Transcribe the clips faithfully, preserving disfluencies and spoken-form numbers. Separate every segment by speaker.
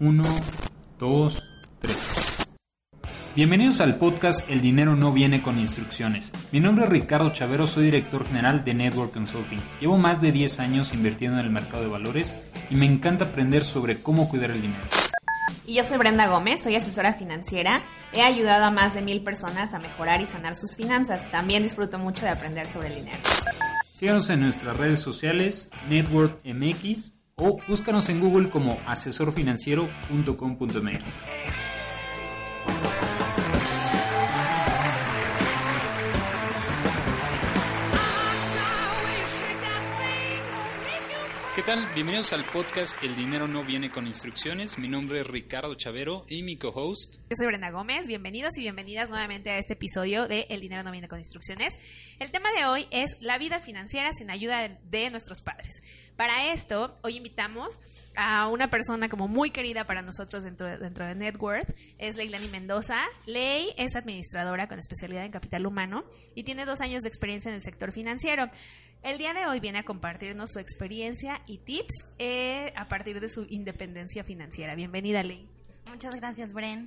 Speaker 1: Uno, dos, tres. Bienvenidos al podcast El dinero no viene con instrucciones. Mi nombre es Ricardo Chavero, soy director general de Network Consulting. Llevo más de diez años invirtiendo en el mercado de valores y me encanta aprender sobre cómo cuidar el dinero.
Speaker 2: Y yo soy Brenda Gómez, soy asesora financiera. He ayudado a más de mil personas a mejorar y sanar sus finanzas. También disfruto mucho de aprender sobre el dinero.
Speaker 1: Síganos en nuestras redes sociales, Network M X, o búscanos en Google como asesor financiero punto com punto m x. ¿Qué tal? Bienvenidos al podcast El dinero no viene con instrucciones. Mi nombre es Ricardo Chavero y mi co-host.
Speaker 2: Yo soy Brenda Gómez. Bienvenidos y bienvenidas nuevamente a este episodio de El dinero no viene con instrucciones. El tema de hoy es la vida financiera sin ayuda de, de nuestros padres. Para esto, hoy invitamos a una persona como muy querida para nosotros dentro de, dentro de Network. Es Leilani Mendoza. Ley es administradora con especialidad en capital humano y tiene dos años de experiencia en el sector financiero. El día de hoy viene a compartirnos su experiencia y tips eh, a partir de su independencia financiera. Bienvenida, Ley.
Speaker 3: Muchas gracias, Bren.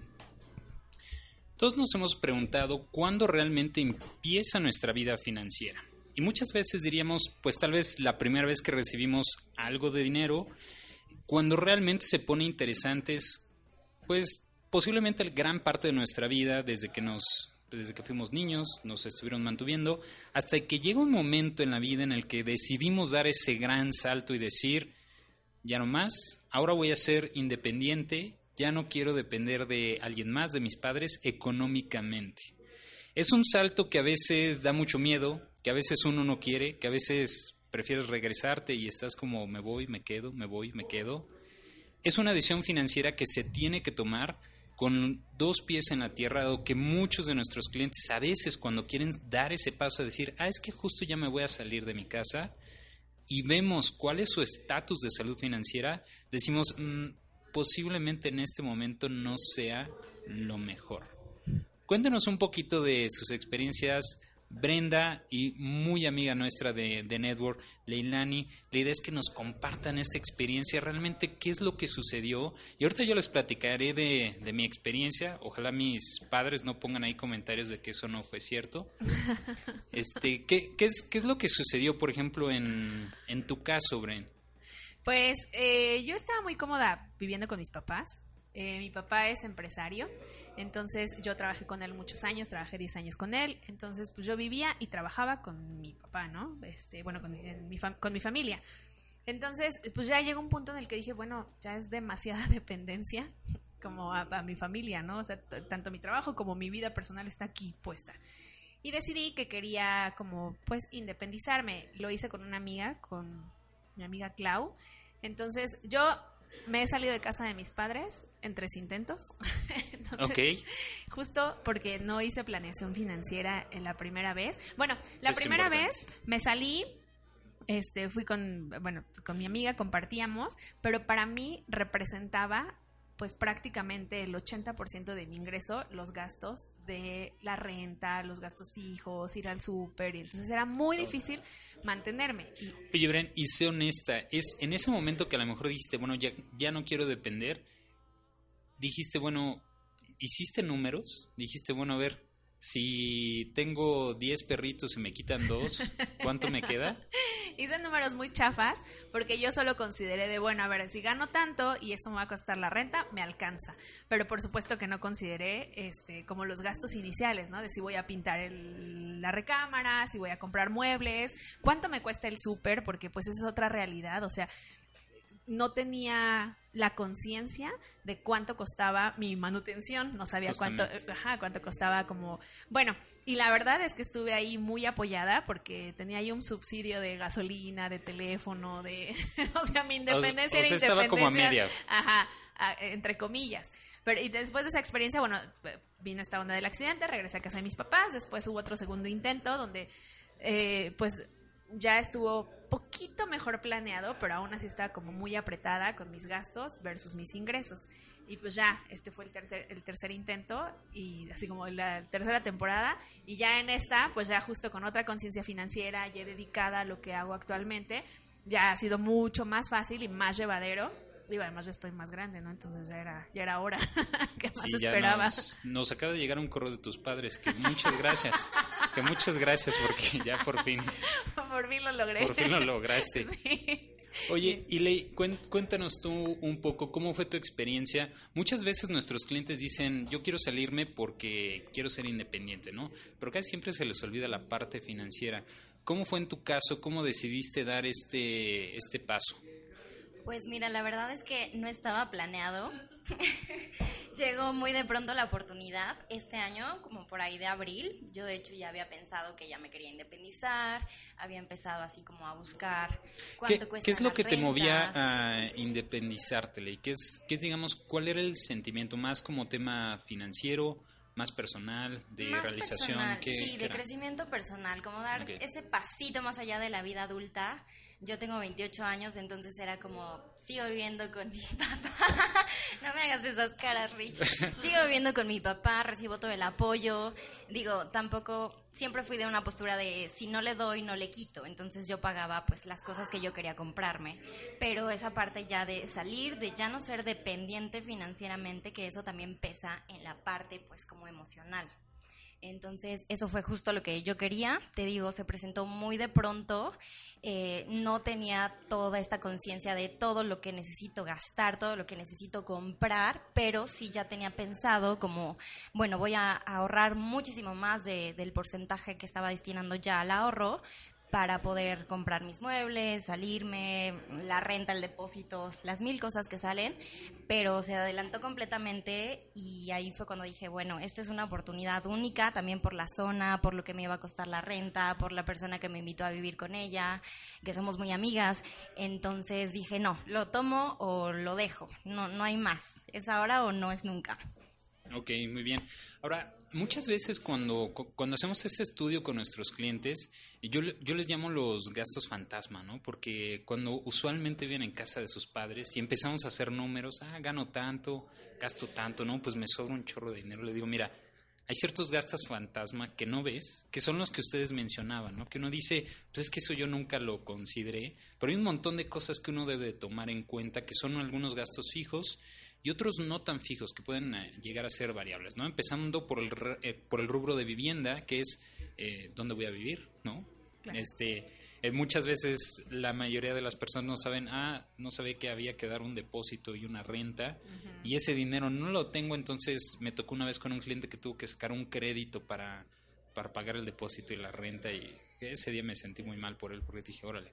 Speaker 1: Todos nos hemos preguntado cuándo realmente empieza nuestra vida financiera. Y muchas veces diríamos, pues tal vez la primera vez que recibimos algo de dinero, cuando realmente se pone interesante es, pues posiblemente la gran parte de nuestra vida desde que nos... desde que fuimos niños, nos estuvieron mantuviendo, hasta que llega un momento en la vida en el que decidimos dar ese gran salto y decir, ya no más, ahora voy a ser independiente, ya no quiero depender de alguien más, de mis padres, económicamente. Es un salto que a veces da mucho miedo, que a veces uno no quiere, que a veces prefieres regresarte y estás como me voy, me quedo, me voy, me quedo. Es una decisión financiera que se tiene que tomar con dos pies en la tierra, dado que muchos de nuestros clientes a veces cuando quieren dar ese paso a decir, ah, es que justo ya me voy a salir de mi casa y vemos cuál es su estatus de salud financiera, decimos, mmm, posiblemente en este momento no sea lo mejor. Cuéntenos un poquito de sus experiencias, Brenda, y muy amiga nuestra de, de Network, Leilani. La idea es que nos compartan esta experiencia, realmente qué es lo que sucedió. Y ahorita yo les platicaré de, de mi experiencia. Ojalá mis padres no pongan ahí comentarios de que eso no fue cierto. Este, ¿qué, qué, es, ¿Qué es lo que sucedió, por ejemplo, en, en tu caso, Bren?
Speaker 2: Pues eh, yo estaba muy cómoda viviendo con mis papás. Eh, mi papá es empresario, entonces yo trabajé con él muchos años, trabajé diez años con él, entonces pues yo vivía y trabajaba con mi papá, ¿no? Este, bueno, con mi, en mi fam- con mi familia. Entonces, pues ya llegó un punto en el que dije, bueno, ya es demasiada dependencia como a, a mi familia, ¿no? O sea, t- tanto mi trabajo como mi vida personal está aquí puesta. Y decidí que quería como, pues, independizarme. Lo hice con una amiga, con mi amiga Clau. Entonces, yo... me he salido de casa de mis padres en tres intentos. Entonces, okay. Justo porque no hice planeación financiera en la primera vez. Bueno, la es primera importante. vez me salí, este, fui con, bueno, con mi amiga, compartíamos, pero para mí representaba pues prácticamente el ochenta por ciento de mi ingreso, los gastos de la renta, los gastos fijos, ir al súper, y entonces era muy difícil mantenerme. Y...
Speaker 1: Oye, Bren, y sé honesta, es en ese momento que a lo mejor dijiste, bueno, ya, ya no quiero depender, dijiste, bueno, ¿hiciste números? Dijiste, bueno, a ver, si tengo diez perritos y me quitan dos, ¿cuánto me queda?
Speaker 2: Hice números muy chafas porque yo solo consideré de, bueno, a ver, si gano tanto y esto me va a costar la renta, me alcanza. Pero por supuesto que no consideré este como los gastos iniciales, ¿no? De si voy a pintar el, la recámara, si voy a comprar muebles, cuánto me cuesta el súper, porque pues esa es otra realidad, o sea, no tenía la conciencia de cuánto costaba mi manutención, no sabía cuánto, ajá, cuánto costaba como, bueno, y la verdad es que estuve ahí muy apoyada porque tenía ahí un subsidio de gasolina, de teléfono, de, o sea, mi independencia
Speaker 1: o, o sea,
Speaker 2: era
Speaker 1: estaba
Speaker 2: independencia,
Speaker 1: como a media.
Speaker 2: Ajá, a, entre comillas. Pero y después de esa experiencia, bueno, vino esta onda del accidente, regresé a casa de mis papás, después hubo otro segundo intento donde, eh, pues, ya estuvo poquito mejor planeado, pero aún así estaba como muy apretada con mis gastos versus mis ingresos. Y pues ya, este fue el, ter- el tercer intento y así como la tercera temporada. Y ya en esta, pues ya justo con otra conciencia financiera, ya dedicada a lo que hago actualmente, ya ha sido mucho más fácil y más llevadero digo, además ya estoy más grande, ¿no? Entonces ya era, ya era hora que más
Speaker 1: Sí, ya
Speaker 2: esperaba.
Speaker 1: nos, nos acaba de llegar un correo de tus padres, que muchas gracias, que muchas gracias porque ya por fin,
Speaker 2: Por fin lo logré.
Speaker 1: por fin lo lograste.
Speaker 2: Sí.
Speaker 1: Oye, Iley, cuen- cuéntanos tú un poco cómo fue tu experiencia. Muchas veces nuestros clientes dicen, yo quiero salirme porque quiero ser independiente, ¿no? Pero casi siempre se les olvida la parte financiera. ¿Cómo fue en tu caso? ¿Cómo decidiste dar este, este paso?
Speaker 3: Pues mira, la verdad es que no estaba planeado. Llegó muy de pronto la oportunidad este año, como por ahí de abril. Yo de hecho ya había pensado que ya me quería independizar, había empezado así como a buscar cuánto
Speaker 1: ¿Qué,
Speaker 3: cuesta.
Speaker 1: qué es lo que te movía a independizarte, Ley? ¿Qué es, qué es, digamos, cuál era el sentimiento más como tema financiero, más personal, de
Speaker 3: Más
Speaker 1: realización?
Speaker 3: personal,
Speaker 1: ¿Qué,
Speaker 3: sí,
Speaker 1: qué
Speaker 3: de
Speaker 1: era?
Speaker 3: crecimiento personal, como dar
Speaker 1: Ok.
Speaker 3: ese pasito más allá de la vida adulta. Yo tengo veintiocho años, entonces era como, sigo viviendo con mi papá. No me hagas esas caras, Rich. Sigo viviendo con mi papá, recibo todo el apoyo. Digo, tampoco, siempre fui de una postura de, si no le doy, no le quito. Entonces yo pagaba pues las cosas que yo quería comprarme. Pero esa parte ya de salir, de ya no ser dependiente financieramente, que eso también pesa en la parte pues como emocional. Entonces, eso fue justo lo que yo quería. Te digo, se presentó muy de pronto. Eh, no tenía toda esta conciencia de todo lo que necesito gastar, todo lo que necesito comprar, pero sí ya tenía pensado como, bueno, voy a ahorrar muchísimo más de, del porcentaje que estaba destinando ya al ahorro para poder comprar mis muebles, salirme, la renta, el depósito, las mil cosas que salen, pero se adelantó completamente y ahí fue cuando dije, bueno, esta es una oportunidad única, también por la zona, por lo que me iba a costar la renta, por la persona que me invitó a vivir con ella, que somos muy amigas, entonces dije, no, lo tomo o lo dejo, no, no hay más, es ahora o no es nunca.
Speaker 1: Ok, muy bien. Ahora, muchas veces cuando, cu- cuando hacemos este estudio con nuestros clientes, yo, le- yo les llamo los gastos fantasma, ¿no? Porque cuando usualmente viven en casa de sus padres y empezamos a hacer números, ah, gano tanto, gasto tanto, ¿no? Pues me sobra un chorro de dinero. Le digo, mira, hay ciertos gastos fantasma que no ves, que son los que ustedes mencionaban, ¿no? Que uno dice, pues es que eso yo nunca lo consideré, pero hay un montón de cosas que uno debe de tomar en cuenta, que son algunos gastos fijos y otros no tan fijos, que pueden eh, llegar a ser variables, ¿no? Empezando por el, re- eh, por el rubro de vivienda, que es eh, dónde voy a vivir, ¿no?
Speaker 2: Claro.
Speaker 1: Este, eh, muchas veces la mayoría de las personas no saben, ah, no sabe que había que dar un depósito y una renta,
Speaker 2: Ujú.
Speaker 1: y ese dinero no lo tengo, entonces me tocó una vez con un cliente que tuvo que sacar un crédito para, para pagar el depósito y la renta, y ese día me sentí muy mal por él, porque dije, órale,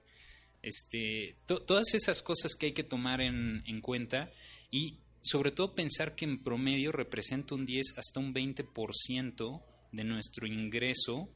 Speaker 1: este, to- todas esas cosas que hay que tomar en, en cuenta, y sobre todo pensar que en promedio representa un diez hasta un veinte por ciento de nuestro ingreso,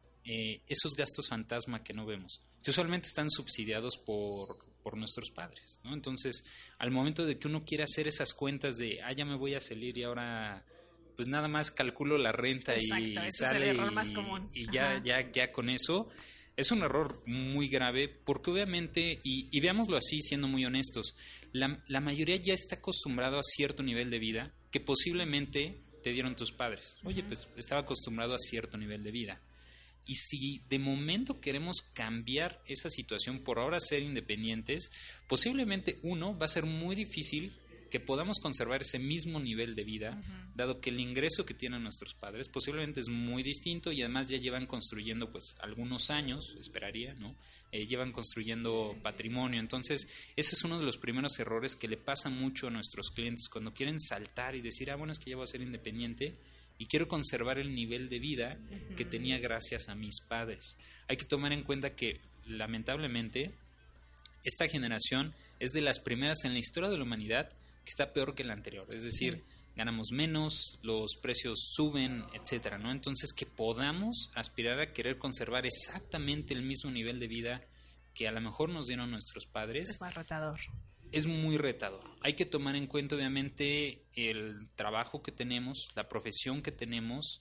Speaker 1: eh, esos gastos fantasma que no vemos, que usualmente están subsidiados por, por nuestros padres, ¿no? Entonces, al momento de que uno quiere hacer esas cuentas de, ah, ya me voy a salir y ahora, pues nada más calculo la renta
Speaker 2: Exacto,
Speaker 1: y
Speaker 2: ese es
Speaker 1: sale
Speaker 2: el error
Speaker 1: y,
Speaker 2: más común.
Speaker 1: y ya,
Speaker 2: Ajá.
Speaker 1: ya, ya con eso, es un error muy grave porque obviamente, y, y veámoslo así, siendo muy honestos, la, la mayoría ya está acostumbrado a cierto nivel de vida que posiblemente te dieron tus padres. Oye,
Speaker 2: Ujú.
Speaker 1: pues estaba acostumbrado a cierto nivel de vida. Y si de momento queremos cambiar esa situación por ahora ser independientes, posiblemente uno va a ser muy difícil que podamos conservar ese mismo nivel de vida,
Speaker 2: Ujú.
Speaker 1: dado que el ingreso que tienen nuestros padres posiblemente es muy distinto y además ya llevan construyendo pues algunos años, esperaría, ¿no? Eh, llevan construyendo patrimonio. Entonces, ese es uno de los primeros errores que le pasa mucho a nuestros clientes cuando quieren saltar y decir, ah, bueno, es que ya voy a ser independiente y quiero conservar el nivel de vida que
Speaker 2: Ujú.
Speaker 1: tenía gracias a mis padres. Hay que tomar en cuenta que, lamentablemente, esta generación es de las primeras en la historia de la humanidad que está peor que la anterior. Es decir,
Speaker 2: Sí.
Speaker 1: ganamos menos, los precios suben, etcétera, ¿no? Entonces, que podamos aspirar a querer conservar exactamente el mismo nivel de vida que a lo mejor nos dieron nuestros padres,
Speaker 2: Es más retador.
Speaker 1: es muy retador. Hay que tomar en cuenta, obviamente, el trabajo que tenemos, la profesión que tenemos,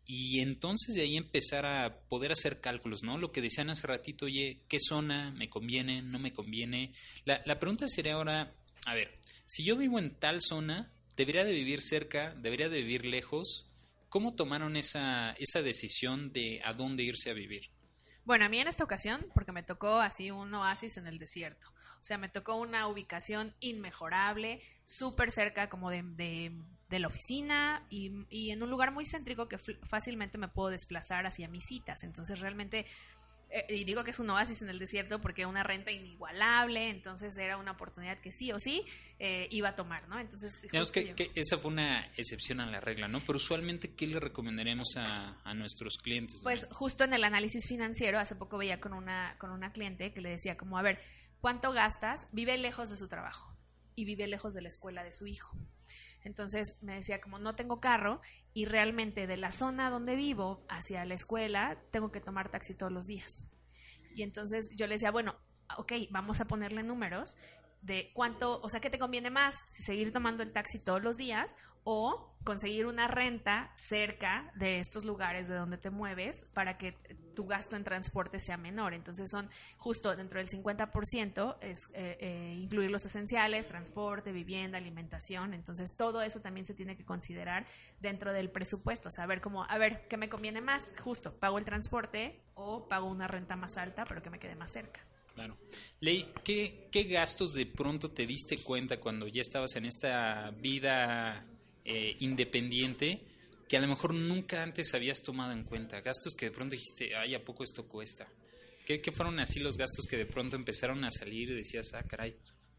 Speaker 1: y entonces de ahí empezar a poder hacer cálculos, ¿no? Lo que decían hace ratito, oye, ¿qué zona me conviene, no me conviene? La, la pregunta sería ahora, a ver, si yo vivo en tal zona, ¿debería de vivir cerca, debería de vivir lejos? ¿Cómo tomaron esa, esa decisión de a dónde irse a vivir?
Speaker 2: Bueno, a mí en esta ocasión, porque me tocó así un oasis en el desierto. O sea, me tocó una ubicación inmejorable, súper cerca como de, de, de la oficina y, y en un lugar muy céntrico que f- fácilmente me puedo desplazar hacia mis citas. Entonces realmente, eh, y digo que es un oasis en el desierto porque una renta inigualable, entonces era una oportunidad que sí o sí eh, iba a tomar, ¿no? Entonces,
Speaker 1: Digamos
Speaker 2: justo
Speaker 1: que,
Speaker 2: yo-
Speaker 1: que esa fue una excepción a la regla, ¿no? Pero usualmente, ¿qué le recomendaríamos a, a nuestros clientes?
Speaker 2: Pues justo en el análisis financiero, hace poco veía con una, con una cliente que le decía como, a ver, ¿cuánto gastas? Vive lejos de su trabajo y vive lejos de la escuela de su hijo. Entonces me decía como no tengo carro y realmente de la zona donde vivo hacia la escuela tengo que tomar taxi todos los días. Y entonces yo le decía, bueno, ok, vamos a ponerle números de cuánto, o sea, ¿qué te conviene más? Si seguir tomando el taxi todos los días o conseguir una renta cerca de estos lugares de donde te mueves para que tu gasto en transporte sea menor. Entonces son justo dentro del cincuenta por ciento es eh, eh, incluir los esenciales, transporte, vivienda, alimentación. Entonces todo eso también se tiene que considerar dentro del presupuesto. Saber cómo, a ver, ¿qué me conviene más? Justo, ¿pago el transporte o pago una renta más alta pero que me quede más cerca?
Speaker 1: Claro. Ley, ¿qué, ¿qué gastos de pronto te diste cuenta cuando ya estabas en esta vida eh, independiente que a lo mejor nunca antes habías tomado en cuenta? Gastos que de pronto dijiste, ay, ¿a poco esto cuesta? ¿Qué, qué fueron así los gastos que de pronto empezaron a salir y decías, ah, caray?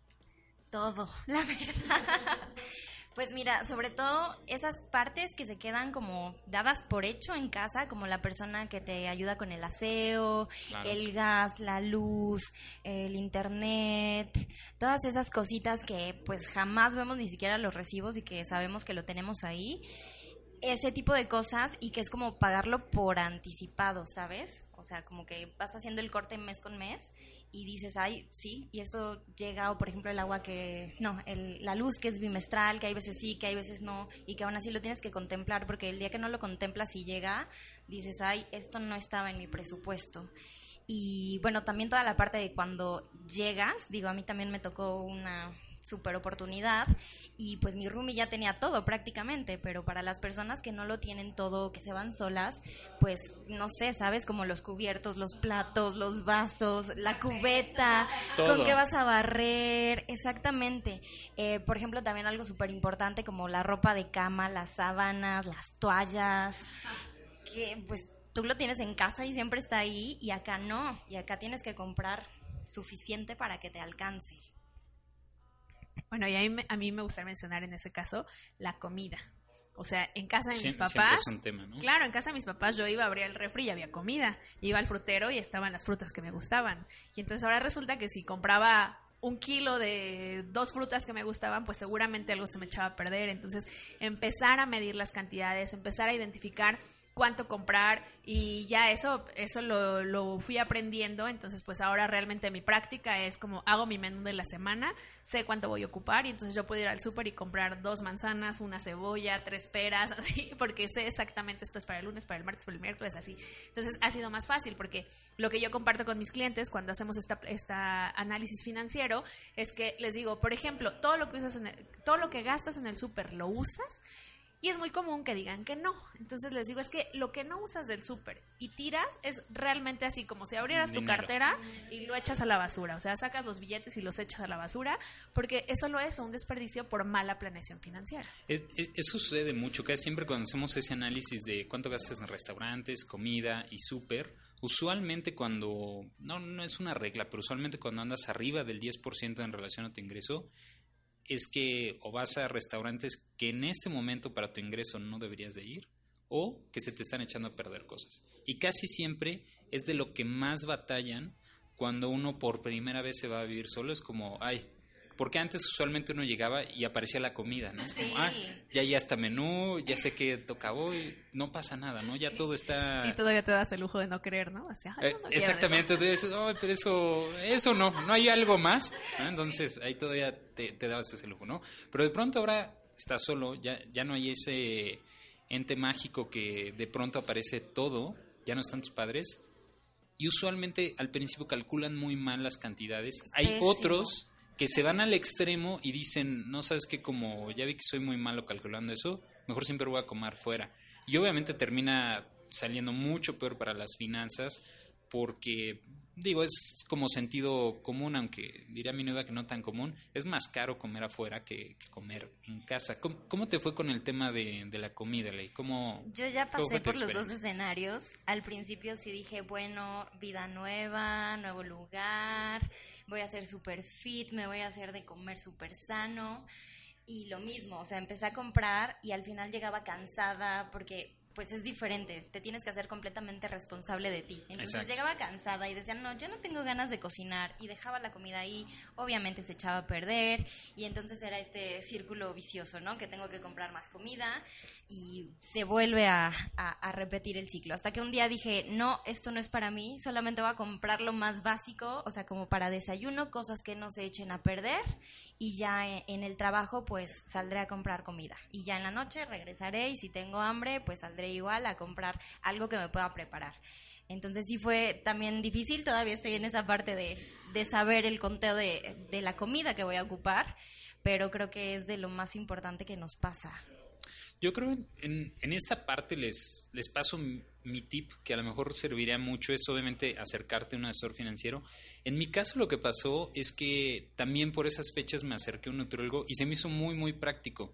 Speaker 3: Todo, la verdad. Pues mira, sobre todo esas partes que se quedan como dadas por hecho en casa, como la persona que te ayuda con el aseo,
Speaker 1: Claro.
Speaker 3: el gas, la luz, el internet, todas esas cositas que pues jamás vemos ni siquiera los recibos y que sabemos que lo tenemos ahí. Ese tipo de cosas y que es como pagarlo por anticipado, ¿sabes? O sea, como que vas haciendo el corte mes con mes y dices, ay, sí, y esto llega, o por ejemplo el agua que, no, el, la luz que es bimestral, que hay veces sí, que hay veces no, y que aún así lo tienes que contemplar, porque el día que no lo contemplas y llega, dices, ay, esto no estaba en mi presupuesto. Y bueno, también toda la parte de cuando llegas, digo, a mí también me tocó una super oportunidad y pues mi roomie ya tenía todo prácticamente, pero para las personas que no lo tienen todo, que se van solas, pues no sé, ¿sabes? Como los cubiertos, los platos, los vasos, la cubeta,
Speaker 1: Todo.
Speaker 3: con qué vas a barrer, exactamente. Eh, por ejemplo, también algo súper importante como la ropa de cama, las sábanas, las toallas, que pues tú lo tienes en casa y siempre está ahí y acá no, y acá tienes que comprar suficiente para que te alcance.
Speaker 2: Bueno, y a mí, me- a mí me gustaría mencionar en ese caso la comida. O sea, en casa de mis
Speaker 1: Siempre, siempre
Speaker 2: papás,
Speaker 1: es un tema, ¿no?
Speaker 2: claro, en casa de mis papás yo iba a abrir el refri y había comida. Iba al frutero y estaban las frutas que me gustaban. Y entonces ahora resulta que si compraba un kilo de dos frutas que me gustaban, pues seguramente algo se me echaba a perder. Entonces, empezar a medir las cantidades, empezar a identificar cuánto comprar y ya eso eso lo, lo fui aprendiendo. Entonces pues ahora realmente mi práctica es como hago mi menú de la semana, sé cuánto voy a ocupar y entonces yo puedo ir al súper y comprar dos manzanas, una cebolla, tres peras, así, porque sé exactamente esto es para el lunes, para el martes, para el miércoles, así. Entonces ha sido más fácil porque lo que yo comparto con mis clientes cuando hacemos esta, esta análisis financiero es que les digo, por ejemplo, todo lo que usas en el, todo lo que gastas en el súper lo usas. Y es muy común que digan que no. Entonces les digo, es que lo que no usas del súper y tiras es realmente así, como si abrieras tu
Speaker 1: Dinero.
Speaker 2: cartera y lo echas a la basura. O sea, sacas los billetes y los echas a la basura, porque eso lo es un desperdicio por mala planeación financiera.
Speaker 1: Es- es- eso sucede mucho, casi siempre cuando hacemos ese análisis de cuánto gastas en restaurantes, comida y súper, usualmente cuando, no, no es una regla, pero usualmente cuando andas arriba del diez por ciento en relación a tu ingreso, es que o vas a restaurantes que en este momento para tu ingreso no deberías de ir, o que se te están echando a perder cosas. Y casi siempre es de lo que más batallan cuando uno por primera vez se va a vivir solo, es como, ay, porque antes usualmente uno llegaba y aparecía la comida, ¿no? Es
Speaker 3: Sí.
Speaker 1: como, ah, ya ya está menú, ya sé que toca hoy, no pasa nada, ¿no? Ya todo está...
Speaker 2: Y todavía te das el lujo de no creer, ¿no? O sea,
Speaker 1: Eh,
Speaker 2: yo no quiero
Speaker 1: exactamente,
Speaker 2: eso.
Speaker 1: tú dices, "Ay, pero eso, eso no, no hay algo más", ¿no? Entonces ahí todavía te, te dabas ese lujo, ¿no? Pero de pronto ahora estás solo, ya, ya no hay ese ente mágico que de pronto aparece todo, ya no están tus padres, y usualmente al principio calculan muy mal las cantidades. Hay
Speaker 3: Pésimo.
Speaker 1: otros que se van al extremo y dicen, no, sabes que como ya vi que soy muy malo calculando eso, mejor siempre voy a comer fuera. Y obviamente termina saliendo mucho peor para las finanzas porque digo, es como sentido común, aunque diría mi nueva que no tan común, es más caro comer afuera que, que comer en casa. ¿Cómo, cómo te fue con el tema de, de la comida, Ley? ¿Cómo,
Speaker 3: Yo ya
Speaker 1: cómo fue
Speaker 3: pasé
Speaker 1: tu
Speaker 3: por los dos
Speaker 1: experiencia?
Speaker 3: escenarios. Al principio sí dije, bueno, vida nueva, nuevo lugar, voy a ser súper fit, me voy a hacer de comer súper sano. Y lo mismo, o sea, empecé a comprar y al final llegaba cansada porque pues es diferente, te tienes que hacer completamente responsable de ti. Entonces
Speaker 1: Exacto.
Speaker 3: llegaba cansada y decía, no, yo no tengo ganas de cocinar, y dejaba la comida ahí, obviamente se echaba a perder, y entonces era este círculo vicioso, ¿no? Que tengo que comprar más comida y se vuelve a, a, a repetir el ciclo. Hasta que un día dije, no, esto no es para mí, solamente voy a comprar lo más básico, o sea, como para desayuno, cosas que no se echen a perder, y ya en, en el trabajo pues saldré a comprar comida. Y ya en la noche regresaré y si tengo hambre pues saldré igual a comprar algo que me pueda preparar. Entonces sí fue también difícil, todavía estoy en esa parte de, de saber el conteo de, de la comida que voy a ocupar, pero creo que es de lo más importante que nos pasa.
Speaker 1: Yo creo en, en esta parte les, les paso mi, mi tip, que a lo mejor serviría mucho, es obviamente acercarte a un asesor financiero. En mi caso lo que pasó es que también por esas fechas me acerqué a un nutriólogo y se me hizo muy, muy práctico,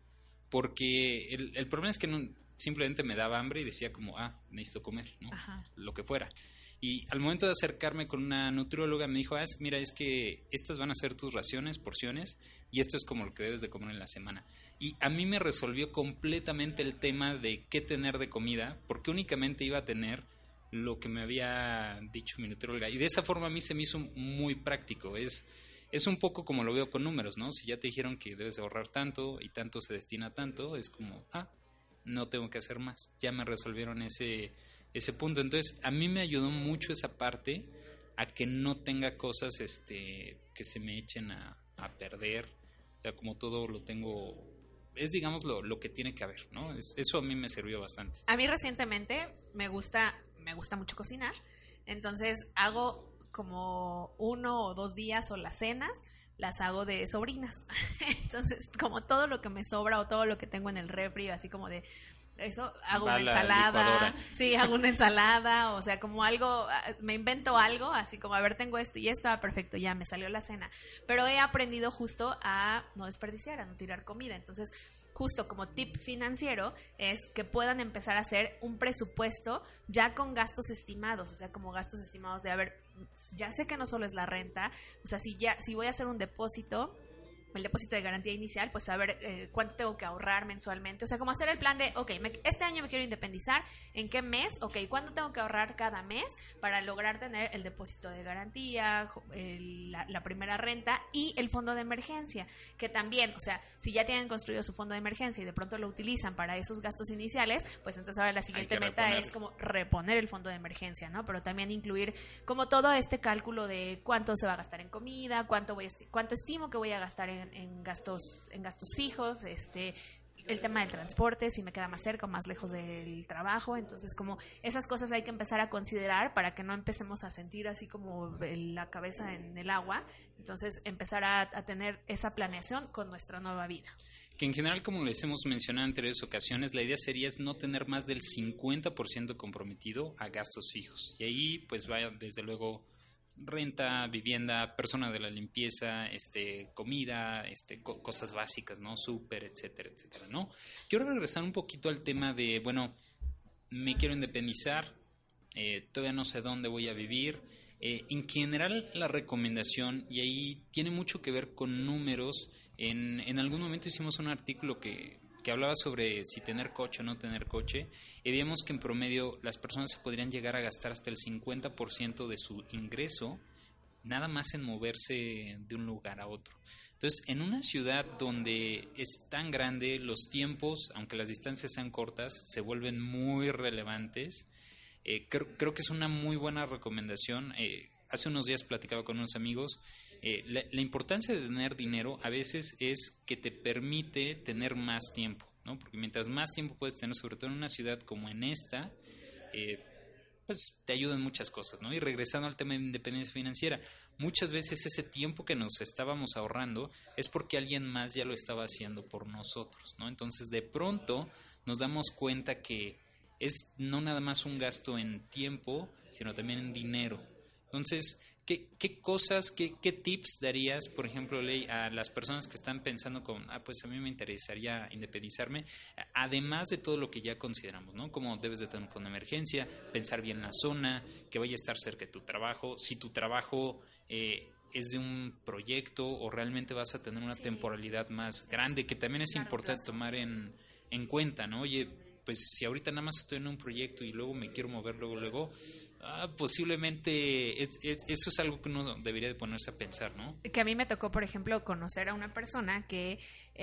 Speaker 1: porque el, el problema es que no, simplemente me daba hambre y decía como, ah, necesito comer, ¿no?
Speaker 2: Ajá.
Speaker 1: Lo que fuera. Y al momento de acercarme con una nutrióloga me dijo, ah, mira, es que estas van a ser tus raciones, porciones, y esto es como lo que debes de comer en la semana. Y a mí me resolvió completamente el tema de qué tener de comida, porque únicamente iba a tener lo que me había dicho mi nutrióloga. Y de esa forma a mí se me hizo muy práctico. Es, es un poco como lo veo con números, ¿no? Si ya te dijeron que debes de ahorrar tanto y tanto se destina a tanto, es como, ah, no tengo que hacer más. Ya me resolvieron ese, ese punto. Entonces, a mí me ayudó mucho esa parte a que no tenga cosas este, que se me echen a, a perder. O sea, como todo lo tengo... Es, digamos, lo, lo que tiene que haber, ¿no? Es, eso a mí me sirvió bastante.
Speaker 2: A mí recientemente me gusta, me gusta mucho cocinar, entonces hago como uno o dos días o las cenas las hago de sobrinas. Entonces, como todo lo que me sobra o todo lo que tengo en el refri, así como de eso, hago
Speaker 1: Va
Speaker 2: una
Speaker 1: la
Speaker 2: ensalada.
Speaker 1: licuadora.
Speaker 2: Sí, hago una ensalada, o sea, como algo, me invento algo, así como, a ver, tengo esto y esto, ah, perfecto, ya me salió la cena. Pero he aprendido justo a no desperdiciar, a no tirar comida. Entonces, justo como tip financiero es que puedan empezar a hacer un presupuesto ya con gastos estimados, o sea, como gastos estimados de, a ver, ya sé que no solo es la renta, o sea, si ya si voy a hacer un depósito, el depósito de garantía inicial, pues saber eh, cuánto tengo que ahorrar mensualmente, o sea, como hacer el plan de, ok, me, este año me quiero independizar, ¿en qué mes? Ok, ¿cuánto tengo que ahorrar cada mes para lograr tener el depósito de garantía, el, la, la primera renta y el fondo de emergencia? Que también, o sea, si ya tienen construido su fondo de emergencia y de pronto lo utilizan para esos gastos iniciales, pues entonces ahora la siguiente meta
Speaker 1: reponerlo.
Speaker 2: es como reponer el fondo de emergencia, ¿no? Pero también incluir como todo este cálculo de cuánto se va a gastar en comida, cuánto voy a esti- cuánto estimo que voy a gastar en, en gastos en gastos fijos, este el tema del transporte, si me queda más cerca o más lejos del trabajo. Entonces, como esas cosas hay que empezar a considerar para que no empecemos a sentir así como la cabeza en el agua. Entonces, empezar a, a tener esa planeación con nuestra nueva vida.
Speaker 1: Que en general, como les hemos mencionado en anteriores ocasiones, la idea sería es no tener más del cincuenta por ciento comprometido a gastos fijos. Y ahí pues vaya desde luego renta, vivienda, persona de la limpieza, este, comida, este, co- cosas básicas, ¿no? Súper, etcétera, etcétera, ¿no? Quiero regresar un poquito al tema de, bueno, me quiero independizar, eh, todavía no sé dónde voy a vivir. Eh, en general, la recomendación, y ahí tiene mucho que ver con números. En, en algún momento hicimos un artículo que, que hablaba sobre si tener coche o no tener coche, y vimos que en promedio las personas se podrían llegar a gastar hasta el cincuenta por ciento de su ingreso nada más en moverse de un lugar a otro. Entonces, en una ciudad donde es tan grande, los tiempos, aunque las distancias sean cortas, se vuelven muy relevantes. Eh, creo, creo que es una muy buena recomendación. Eh, hace unos días platicaba con unos amigos. Eh, la, la importancia de tener dinero a veces es que te permite tener más tiempo, ¿no? Porque mientras más tiempo puedes tener, sobre todo en una ciudad como en esta, eh, pues te ayudan muchas cosas, ¿no? Y regresando al tema de independencia financiera, muchas veces ese tiempo que nos estábamos ahorrando es porque alguien más ya lo estaba haciendo por nosotros, ¿no? Entonces, de pronto nos damos cuenta que es no nada más un gasto en tiempo, sino también en dinero. Entonces, ¿Qué, qué cosas, qué, qué tips darías, por ejemplo, Ley, a las personas que están pensando con, ah, pues a mí me interesaría independizarme, además de todo lo que ya consideramos, ¿no? Como debes de tener un fondo de emergencia, pensar bien la zona, que vaya a estar cerca de tu trabajo, si tu trabajo eh, es de un proyecto o realmente vas a tener una sí. temporalidad más grande, que también es importante plazo. tomar en, en cuenta, ¿no? Oye, pues si ahorita nada más estoy en un proyecto y luego me quiero mover luego, luego... Ah, posiblemente es, es, eso es algo que uno debería de ponerse a pensar, ¿no?
Speaker 2: Que a mí me tocó, por ejemplo, conocer a una persona que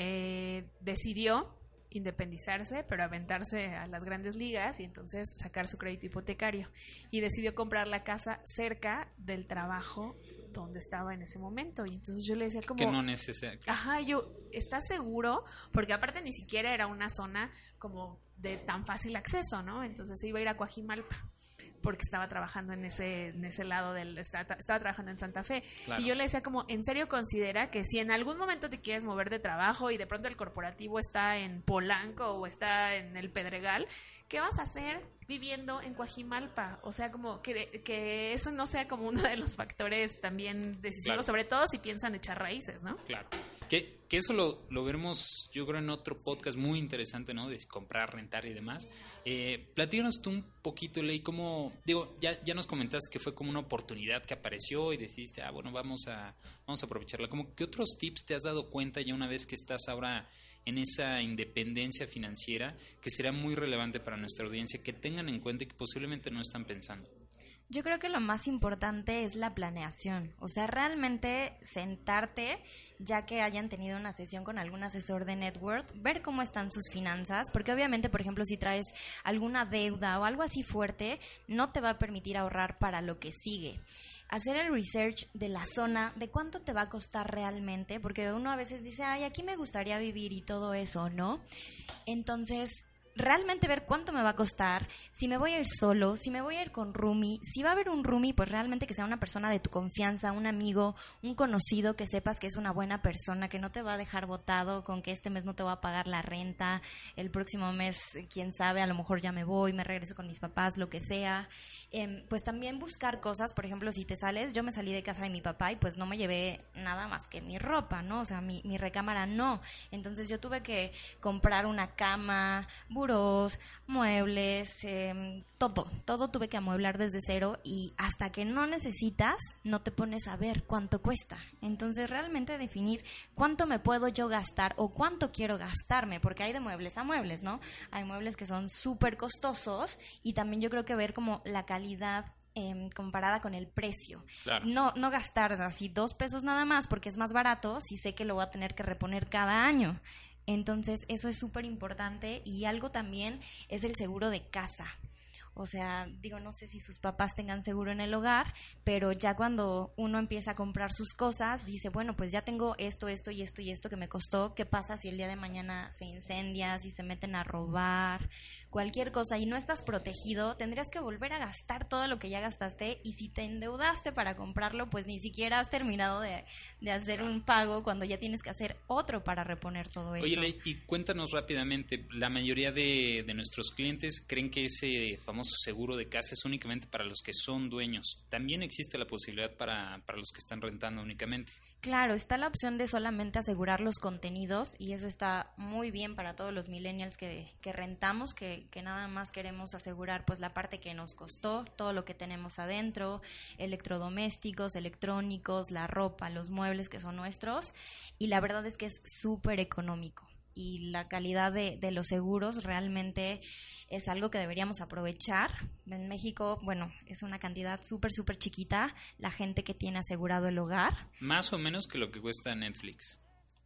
Speaker 2: eh, decidió independizarse, pero aventarse a las grandes ligas y entonces sacar su crédito hipotecario. Y decidió comprar la casa cerca del trabajo donde estaba en ese momento. Y entonces yo le decía como...
Speaker 1: Que no necesita.
Speaker 2: Ajá, yo, ¿estás seguro? Porque aparte ni siquiera era una zona como de tan fácil acceso, ¿no? Entonces se iba a ir a Coajimalpa, porque estaba trabajando en ese en ese lado del estaba, estaba trabajando en Santa Fe. Claro. Y yo le decía como, ¿en serio considera que si en algún momento te quieres mover de trabajo y de pronto el corporativo está en Polanco o está en el Pedregal, ¿qué vas a hacer viviendo en Coajimalpa? O sea, como que, que eso no sea como uno de los factores también decisivos, claro. sobre todo si piensan echar raíces, ¿no?
Speaker 1: Claro. Que, que eso lo, lo veremos, yo creo, en otro podcast muy interesante, ¿no? De comprar, rentar y demás. Eh, platícanos tú un poquito, Ley, cómo, digo, ya, ya nos comentaste que fue como una oportunidad que apareció y decidiste, ah, bueno, vamos a, vamos a aprovecharla. ¿Cómo, ¿Qué otros tips te has dado cuenta ya una vez que estás ahora en esa independencia financiera que será muy relevante para nuestra audiencia, que tengan en cuenta y que posiblemente no están pensando?
Speaker 3: Yo creo que lo más importante es la planeación, o sea, realmente sentarte, ya que hayan tenido una sesión con algún asesor de net worth, ver cómo están sus finanzas, porque obviamente, por ejemplo, si traes alguna deuda o algo así fuerte, no te va a permitir ahorrar para lo que sigue. Hacer el research de la zona, de cuánto te va a costar realmente, porque uno a veces dice, ay, aquí me gustaría vivir y todo eso, ¿no? Entonces, realmente ver cuánto me va a costar, si me voy a ir solo, si me voy a ir con roomie, si va a haber un roomie, pues realmente que sea una persona de tu confianza, un amigo, un conocido, que sepas que es una buena persona, que no te va a dejar botado con que este mes no te va a pagar la renta, el próximo mes, quién sabe, a lo mejor ya me voy, me regreso con mis papás, lo que sea. Eh, pues también buscar cosas, por ejemplo, si te sales, yo me salí de casa de mi papá y pues no me llevé nada más que mi ropa, ¿no? O sea, mi, mi recámara no. Entonces yo tuve que comprar una cama, burós, muebles, eh, todo, todo tuve que amueblar desde cero y hasta que no necesitas, no te pones a ver cuánto cuesta. Entonces realmente definir cuánto me puedo yo gastar o cuánto quiero gastarme, porque hay de muebles a muebles, ¿no? Hay muebles que son súper costosos y también yo creo que ver como la calidad Eh, comparada con el precio. Claro. No, no gastar así dos pesos nada más porque es más barato si sé que lo voy a tener que reponer cada año. Entonces eso es súper importante y algo también es el seguro de casa. O sea, digo, no sé si sus papás tengan seguro en el hogar, pero ya cuando uno empieza a comprar sus cosas, dice, bueno, pues ya tengo esto, esto y esto y esto que me costó. ¿Qué pasa si el día de mañana se incendia, si se meten a robar, cualquier cosa y no estás protegido? Tendrías que volver a gastar todo lo que ya gastaste y si te endeudaste para comprarlo, pues ni siquiera has terminado de, de hacer un pago cuando ya tienes que hacer otro para reponer todo eso.
Speaker 1: Oye, Ley, y cuéntanos rápidamente, la mayoría de, de nuestros clientes creen que ese famoso seguro de casa es únicamente para los que son dueños. ¿También existe la posibilidad para, para los que están rentando únicamente?
Speaker 3: Claro, está la opción de solamente asegurar los contenidos y eso está muy bien para todos los millennials que, que rentamos, que, que nada más queremos asegurar pues la parte que nos costó, todo lo que tenemos adentro, electrodomésticos, electrónicos, la ropa, los muebles que son nuestros y la verdad es que es súper económico. Y la calidad de, de los seguros realmente es algo que deberíamos aprovechar. En México, bueno, es una cantidad súper, súper chiquita la gente que tiene asegurado el hogar.
Speaker 1: Más o menos que lo que cuesta Netflix.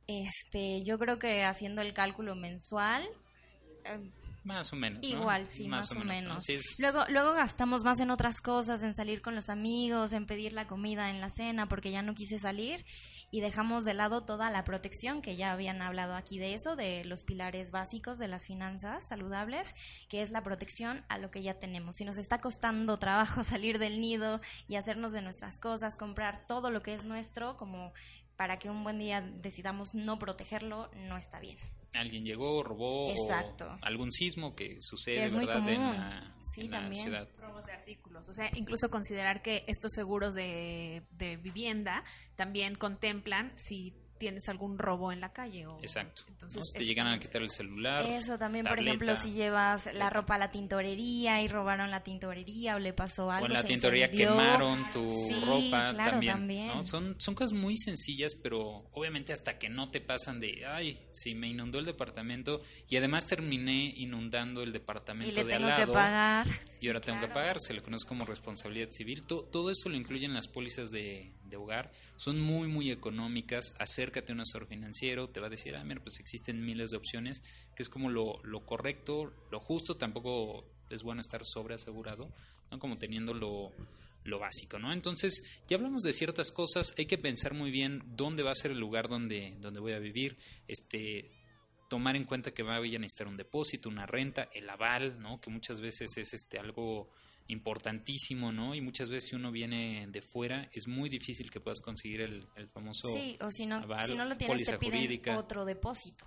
Speaker 3: Este, yo creo que haciendo el cálculo mensual... Eh,
Speaker 1: Más o menos, ¿no?
Speaker 3: Igual, sí, más, más o menos. menos. ¿No? Sí, es...
Speaker 2: Luego, luego gastamos más en otras cosas, en salir con los amigos, en pedir la comida en la cena porque ya no quise salir y dejamos de lado toda la protección, que ya habían hablado aquí de eso, de los pilares básicos de las finanzas saludables, que es la protección a lo que ya tenemos. Si nos está costando trabajo salir del nido y hacernos de nuestras cosas, comprar todo lo que es nuestro, como
Speaker 3: para que un buen día decidamos no protegerlo, no está bien.
Speaker 1: Alguien llegó, robó,
Speaker 3: Exacto.
Speaker 1: o algún sismo que sucede,
Speaker 3: Que es muy
Speaker 1: ¿verdad?
Speaker 3: común.
Speaker 1: En la,
Speaker 3: Sí,
Speaker 1: en la
Speaker 3: también.
Speaker 1: ciudad.
Speaker 2: Robos de artículos. O sea, incluso considerar que estos seguros de, de vivienda también contemplan si tienes algún robo en la calle. O,
Speaker 1: Exacto.
Speaker 2: Entonces,
Speaker 1: ¿no? Si te
Speaker 2: es-
Speaker 1: llegan a quitar el celular.
Speaker 3: Eso también, por
Speaker 1: tableta,
Speaker 3: ejemplo, si llevas la
Speaker 1: etcétera.
Speaker 3: ropa a la tintorería y robaron la tintorería o le pasó algo,
Speaker 1: O en la
Speaker 3: se
Speaker 1: tintorería
Speaker 3: incendió.
Speaker 1: quemaron tu
Speaker 3: Sí,
Speaker 1: ropa
Speaker 3: claro,
Speaker 1: también,
Speaker 3: también.
Speaker 1: ¿no? Son, son cosas muy sencillas, pero obviamente hasta que no te pasan de, ay, si me inundó el departamento y además terminé inundando el
Speaker 3: Y
Speaker 1: departamento
Speaker 3: le
Speaker 1: de al
Speaker 3: tengo
Speaker 1: lado
Speaker 3: que pagar.
Speaker 1: y ahora tengo que
Speaker 3: claro.
Speaker 1: pagar, se le conoce como responsabilidad civil. To- todo eso lo incluyen las pólizas de, de hogar, son muy, muy económicas. Acércate a un asesor financiero, te va a decir, ah, mira, pues existen miles de opciones, que es como lo, lo correcto, lo justo. Tampoco es bueno estar sobreasegurado, ¿no? Como teniendo lo, lo básico, ¿no? Entonces, ya hablamos de ciertas cosas, hay que pensar muy bien dónde va a ser el lugar donde, donde voy a vivir, este... tomar en cuenta que va a necesitar un depósito, una renta, el aval, ¿no? Que muchas veces es este algo importantísimo, ¿no? Y muchas veces si uno viene de fuera es muy difícil que puedas conseguir el, el famoso
Speaker 3: Sí, o si no,
Speaker 1: aval,
Speaker 3: si no lo tienes
Speaker 1: póliza
Speaker 3: te piden
Speaker 1: jurídica.
Speaker 3: otro depósito.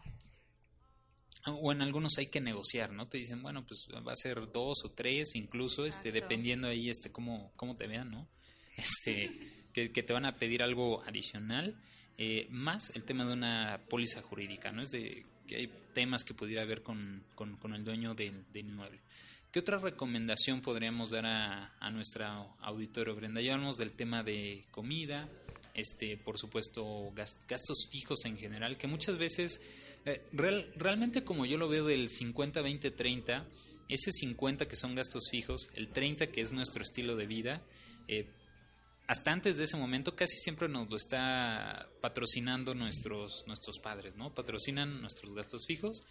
Speaker 1: O en algunos hay que negociar, ¿no? Te dicen, bueno, pues va a ser dos o tres, incluso, este,
Speaker 3: Exacto.
Speaker 1: dependiendo ahí, este, cómo, cómo te vean, ¿no? Este, que, que te van a pedir algo adicional, eh, más el tema de una póliza jurídica, ¿no? Es de que hay temas que pudiera haber con, con, con el dueño del, del inmueble. ¿Qué otra recomendación podríamos dar a, a nuestro auditorio, Brenda? Ya hablamos del tema de comida, este, por supuesto, gas- gastos fijos en general, que muchas veces, eh, real- realmente como yo lo veo del cincuenta, veinte, treinta, ese cincuenta que son gastos fijos, el treinta que es nuestro estilo de vida, eh, hasta antes de ese momento casi siempre nos lo está patrocinando nuestros, nuestros padres, ¿no? Patrocinan nuestros gastos fijos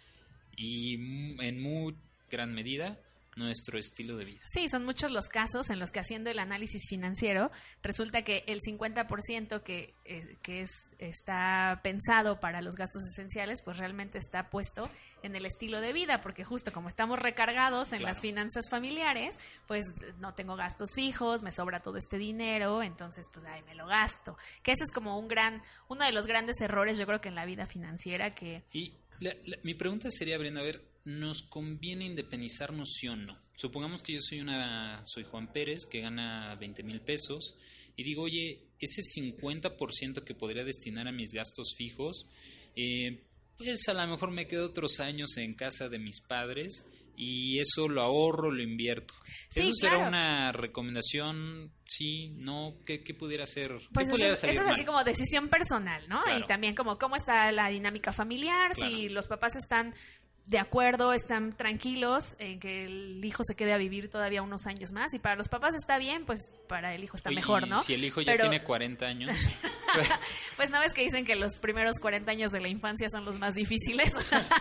Speaker 1: y mm, en muy gran medida nuestro estilo de vida.
Speaker 2: Sí, son muchos los casos en los que haciendo el análisis financiero resulta que el cincuenta por ciento que, eh, que es, está pensado para los gastos esenciales pues realmente está puesto en el estilo de vida, porque justo como estamos recargados en
Speaker 1: Claro.
Speaker 2: las finanzas familiares, pues no tengo gastos fijos, me sobra todo este dinero, entonces pues ay, me lo gasto. Que ese es como un gran, uno de los grandes errores yo creo que en la vida financiera que...
Speaker 1: Y la- la- mi pregunta sería, Brenda, a ver, ¿nos conviene independizarnos sí o no? Supongamos que yo soy una soy Juan Pérez, que gana veinte mil pesos, y digo, oye, ese cincuenta por ciento que podría destinar a mis gastos fijos, eh, pues a lo mejor me quedo otros años en casa de mis padres y eso lo ahorro, lo invierto.
Speaker 2: Sí,
Speaker 1: ¿Eso será
Speaker 2: claro.
Speaker 1: una recomendación? Sí, no, ¿qué, qué pudiera ser? ¿Qué
Speaker 2: Pues eso,
Speaker 1: pudiera
Speaker 2: es-
Speaker 1: salir
Speaker 2: eso es
Speaker 1: mal?
Speaker 2: así como decisión personal, ¿no?
Speaker 1: Claro.
Speaker 2: Y también como cómo está la dinámica familiar,
Speaker 1: Claro.
Speaker 2: si los papás están de acuerdo, están tranquilos en que el hijo se quede a vivir todavía unos años más. Y para los papás está bien, pues para el hijo está
Speaker 1: Oye,
Speaker 2: mejor,
Speaker 1: y
Speaker 2: ¿no?
Speaker 1: si el hijo ya
Speaker 2: Pero-
Speaker 1: tiene cuarenta años,
Speaker 2: Pues no ves que dicen que los primeros cuarenta años de la infancia son los más difíciles.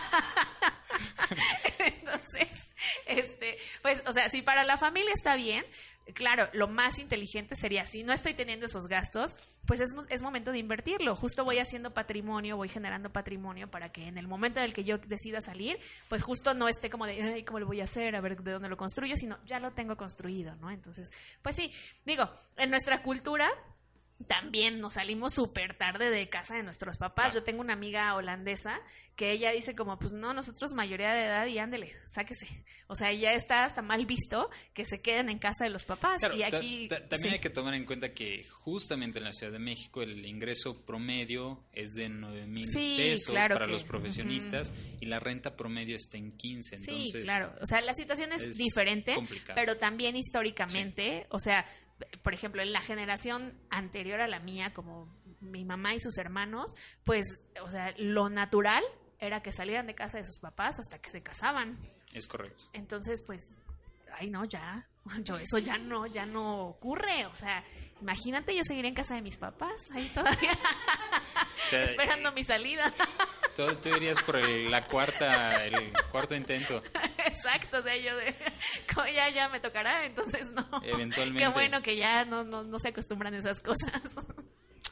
Speaker 2: Entonces, este, pues, o sea, si para la familia está bien, claro, lo más inteligente sería, si no estoy teniendo esos gastos, pues es, mo- es momento de invertirlo. Justo voy haciendo patrimonio, voy generando patrimonio para que en el momento en el que yo decida salir, pues justo no esté como de, ay, ¿cómo lo voy a hacer? A ver de dónde lo construyo, sino ya lo tengo construido, ¿no? Entonces, pues sí, digo, en nuestra cultura también nos salimos súper tarde de casa de nuestros papás.
Speaker 1: Claro.
Speaker 2: Yo tengo una amiga holandesa que ella dice como, pues no, nosotros mayoría de edad y ándele, sáquese. O sea, ya está hasta mal visto que se queden en casa de los papás.
Speaker 1: Claro,
Speaker 2: y aquí...
Speaker 1: ta- ta- también
Speaker 2: sí.
Speaker 1: hay que tomar en cuenta que justamente en la Ciudad de México el ingreso promedio es de nueve mil
Speaker 2: Sí,
Speaker 1: pesos
Speaker 2: claro
Speaker 1: para
Speaker 2: que-
Speaker 1: los profesionistas y la renta promedio está en quince. Entonces,
Speaker 2: Sí, claro. O sea, la situación es,
Speaker 1: es
Speaker 2: diferente,
Speaker 1: complicado.
Speaker 2: pero también históricamente, o sea, por ejemplo, en la generación anterior a la mía, como mi mamá y sus hermanos, pues, o sea, lo natural era que salieran de casa de sus papás hasta que se casaban.
Speaker 1: es correcto.
Speaker 2: Entonces, pues, ay, no, ya, yo eso ya no, ya no ocurre. O sea, imagínate, yo seguiré en casa de mis papás, ahí todavía,
Speaker 1: O sea,
Speaker 2: esperando mi salida.
Speaker 1: tú, tú irías por el, la cuarta, el cuarto intento,
Speaker 2: Exacto, o sea, yo de, como ya, ya me tocará, entonces no.
Speaker 1: eventualmente.
Speaker 2: Qué bueno que ya no, no, no se acostumbran a esas cosas.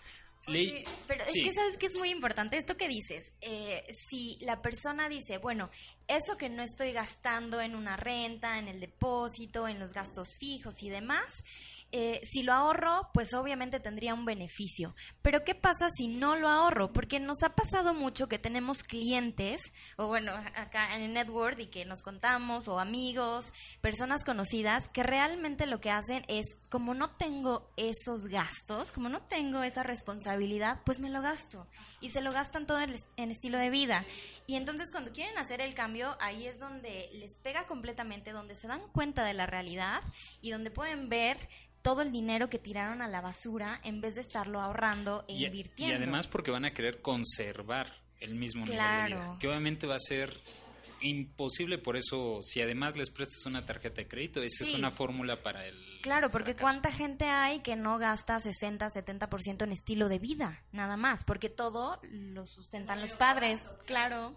Speaker 1: Ley,
Speaker 3: Oye, pero es
Speaker 1: sí.
Speaker 3: que sabes que es muy importante esto que dices. Eh, si la persona dice, bueno, eso que no estoy gastando en una renta, en el depósito, en los gastos fijos y demás, eh, si lo ahorro, pues obviamente tendría un beneficio. Pero ¿qué pasa si no lo ahorro? Porque nos ha pasado mucho que tenemos clientes, o bueno, acá en el network, y que nos contamos, o amigos, personas conocidas, que realmente lo que hacen es, como no tengo esos gastos, como no tengo esa responsabilidad, pues me lo gasto. Y se lo gastan todo en, en estilo de vida. Y entonces cuando quieren hacer el cambio, ahí es donde les pega completamente, donde se dan cuenta de la realidad y donde pueden ver todo el dinero que tiraron a la basura en vez de estarlo ahorrando e
Speaker 1: y,
Speaker 3: invirtiendo.
Speaker 1: Y además porque van a querer conservar el mismo
Speaker 3: Claro.
Speaker 1: nivel de vida, que obviamente va a ser imposible. Por eso, si además les prestas una tarjeta de crédito, esa
Speaker 3: Sí.
Speaker 1: es una fórmula para el
Speaker 3: Claro, porque
Speaker 1: fracaso.
Speaker 3: ¿cuánta gente hay que no gasta sesenta, setenta por ciento en estilo de vida? Nada más, porque todo lo sustentan los padres. Claro.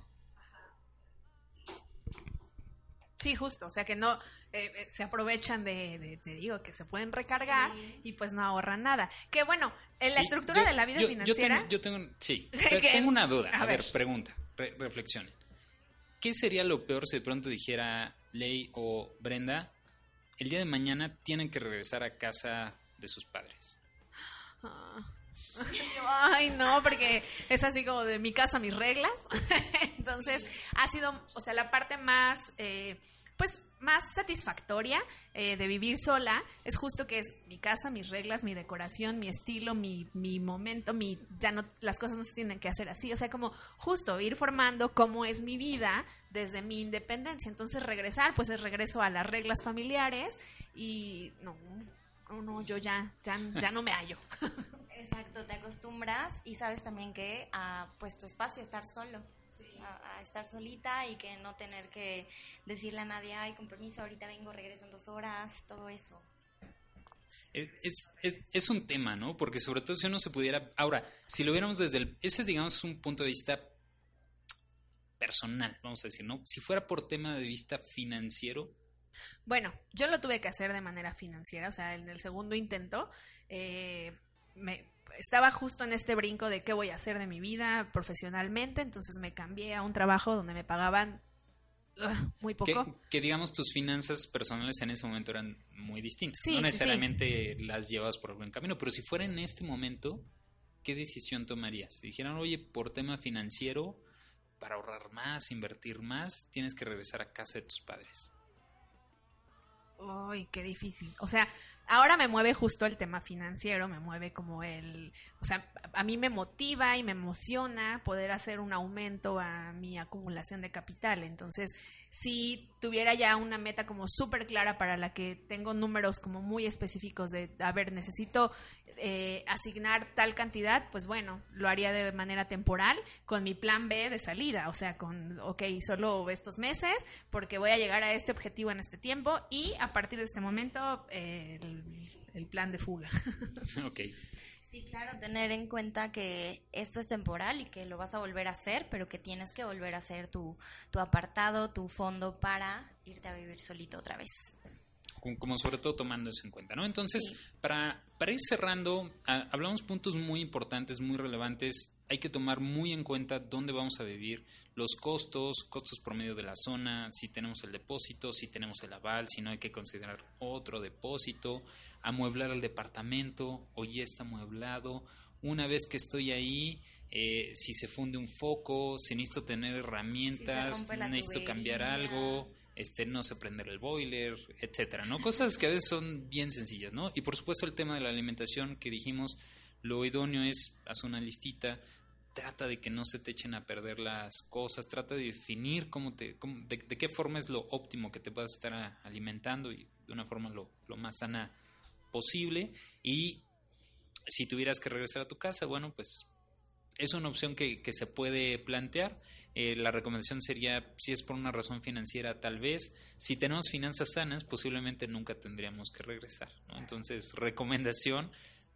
Speaker 2: Sí, justo, o sea que no eh, eh, se aprovechan de, de, te digo, que se pueden recargar
Speaker 3: Sí.
Speaker 2: y pues no ahorran nada. Que bueno, en la
Speaker 1: Y
Speaker 2: estructura
Speaker 1: yo-
Speaker 2: de la vida
Speaker 1: yo-
Speaker 2: financiera...
Speaker 1: Yo tengo, yo tengo sí,
Speaker 2: Que-
Speaker 1: te- tengo una duda.
Speaker 2: a
Speaker 1: A, ver,
Speaker 2: ver.
Speaker 1: pregunta, re- reflexionen. ¿Qué sería lo peor si de pronto dijera Ley o Brenda, el día de mañana tienen que regresar a casa de sus padres?
Speaker 2: Ah. Ay, no, porque es así como de mi casa, mis reglas. Entonces, ha sido, o sea, la parte más, eh, pues, más satisfactoria eh, de vivir sola es justo que es mi casa, mis reglas, mi decoración, mi estilo, mi, mi momento, mi, ya no, las cosas no se tienen que hacer así. O sea, como justo ir formando cómo es mi vida desde mi independencia. Entonces, regresar, pues es regreso a las reglas familiares y no, no, no, yo ya, ya, ya no me hallo.
Speaker 3: Exacto, te acostumbras y sabes también que a pues tu espacio, estar solo, a, a estar solita y que no tener que decirle a nadie, ay, con permiso, ahorita vengo, regreso en dos horas, todo eso.
Speaker 1: Es, es, es, es un tema, ¿no? Porque sobre todo si uno se pudiera... Ahora, si lo viéramos desde el... Ese, digamos, es un punto de vista personal, vamos a decir, ¿no? Si fuera por tema de vista financiero...
Speaker 2: Bueno, yo lo tuve que hacer de manera financiera, o sea, en el segundo intento eh, me estaba justo en este brinco de qué voy a hacer de mi vida profesionalmente, entonces me cambié a un trabajo donde me pagaban uh, muy poco.
Speaker 1: Que, que digamos tus finanzas personales en ese momento eran muy distintas.
Speaker 2: Sí,
Speaker 1: no
Speaker 2: sí,
Speaker 1: necesariamente sí. Las llevas por el buen camino, pero si fuera en este momento, ¿qué decisión tomarías? Si dijeran, oye, por tema financiero, para ahorrar más, invertir más, tienes que regresar a casa de tus padres.
Speaker 2: Uy, qué difícil. O sea, ahora me mueve justo el tema financiero, me mueve como el... O sea, a mí me motiva y me emociona poder hacer un aumento a mi acumulación de capital. Entonces, si tuviera ya una meta como súper clara para la que tengo números como muy específicos de, a ver, necesito eh, asignar tal cantidad, pues bueno, lo haría de manera temporal con mi plan B de salida. O sea, con, ok, solo estos meses porque voy a llegar a este objetivo en este tiempo y a partir de este momento eh, el, el plan de fuga.
Speaker 1: Ok.
Speaker 3: Sí, claro, tener en cuenta que esto es temporal y que lo vas a volver a hacer, pero que tienes que volver a hacer tu, tu apartado, tu fondo para irte a vivir solito otra vez.
Speaker 1: Como, como sobre todo tomando eso en cuenta, ¿no? Entonces,
Speaker 3: Sí.
Speaker 1: para, para ir cerrando, a, hablamos puntos muy importantes, muy relevantes. Hay que tomar muy en cuenta dónde vamos a vivir, los costos, costos promedio de la zona, si tenemos el depósito, si tenemos el aval, si no hay que considerar otro depósito, amueblar el departamento o ya está amueblado. Una vez que estoy ahí, eh, si se funde un foco, si necesito tener herramientas,
Speaker 3: Si se rompe la
Speaker 1: necesito cambiar
Speaker 3: tubería.
Speaker 1: algo, este, no sé prender el boiler, etcétera, ¿no? Cosas que a veces son bien sencillas, ¿no? Y por supuesto el tema de la alimentación que dijimos, lo idóneo es hacer una listita, trata de que no se te echen a perder las cosas, trata de definir cómo te, cómo, de, de qué forma es lo óptimo que te puedas estar a, alimentando y de una forma lo, lo más sana posible. Y si tuvieras que regresar a tu casa, bueno, pues es una opción que, que se puede plantear. Eh, la recomendación sería, si es por una razón financiera, tal vez. Si tenemos finanzas sanas, posiblemente nunca tendríamos que regresar, ¿no? Entonces, recomendación,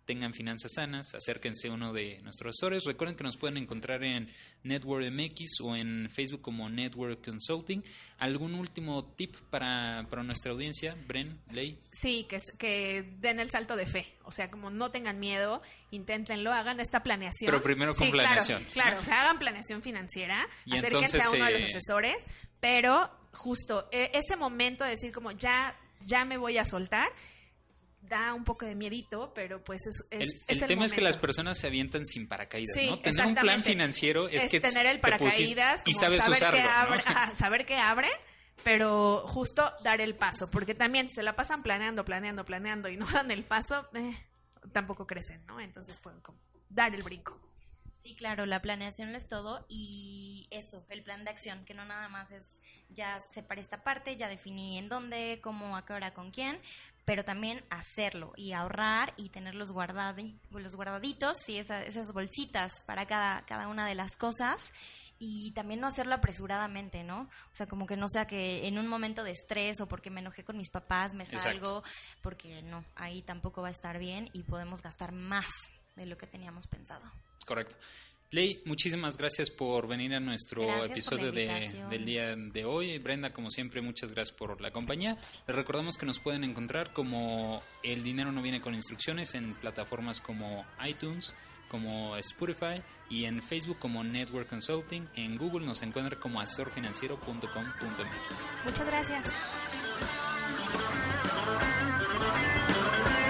Speaker 1: tengan finanzas sanas, acérquense a uno de nuestros asesores. Recuerden que nos pueden encontrar en Network M X o en Facebook como Network Consulting. ¿Algún último tip para, para nuestra audiencia, Bren, Ley?
Speaker 2: Sí, que, que den el salto de fe. O sea, como no tengan miedo, inténtenlo, hagan esta planeación.
Speaker 1: Pero primero con
Speaker 2: sí,
Speaker 1: planeación.
Speaker 2: Claro, claro, o sea, hagan planeación financiera,
Speaker 1: y
Speaker 2: acérquense
Speaker 1: entonces,
Speaker 2: a uno
Speaker 1: eh...
Speaker 2: de los asesores, pero justo eh, ese momento de decir como ya, ya me voy a soltar, da un poco de miedito, pero pues es, es
Speaker 1: el,
Speaker 2: es
Speaker 1: el,
Speaker 2: el
Speaker 1: tema
Speaker 2: momento.
Speaker 1: es que las personas se avientan sin paracaídas,
Speaker 2: sí,
Speaker 1: ¿no? Tener un plan financiero es,
Speaker 2: es
Speaker 1: que
Speaker 2: tener el paracaídas
Speaker 1: y sabes
Speaker 2: saber
Speaker 1: usarlo,
Speaker 2: que abre,
Speaker 1: ¿no?
Speaker 2: ajá, saber que abre, pero justo dar el paso, porque también se la pasan planeando, planeando, planeando y no dan el paso, eh, tampoco crecen, ¿no? Entonces pueden como dar el brinco.
Speaker 3: Sí, claro, la planeación lo es todo y eso, el plan de acción, que no nada más es ya separé esta parte, ya definí en dónde, cómo, a qué hora, con quién, pero también hacerlo y ahorrar y tener los, guardadi, los guardaditos y esa, esas bolsitas para cada, cada una de las cosas y también no hacerlo apresuradamente, ¿no? O sea, como que no sea que en un momento de estrés o porque me enojé con mis papás me salgo, exacto, porque no, ahí tampoco va a estar bien y podemos gastar más de lo que teníamos pensado.
Speaker 1: Correcto. Ley, muchísimas gracias por venir a nuestro
Speaker 3: gracias
Speaker 1: episodio de, del día de hoy. Brenda, como siempre, muchas gracias por la compañía. Les recordamos que nos pueden encontrar como El Dinero No Viene Con Instrucciones en plataformas como iTunes, como Spotify y en Facebook como Network Consulting. En Google nos encuentran como asesor financiero punto com punto m x.
Speaker 2: Muchas gracias.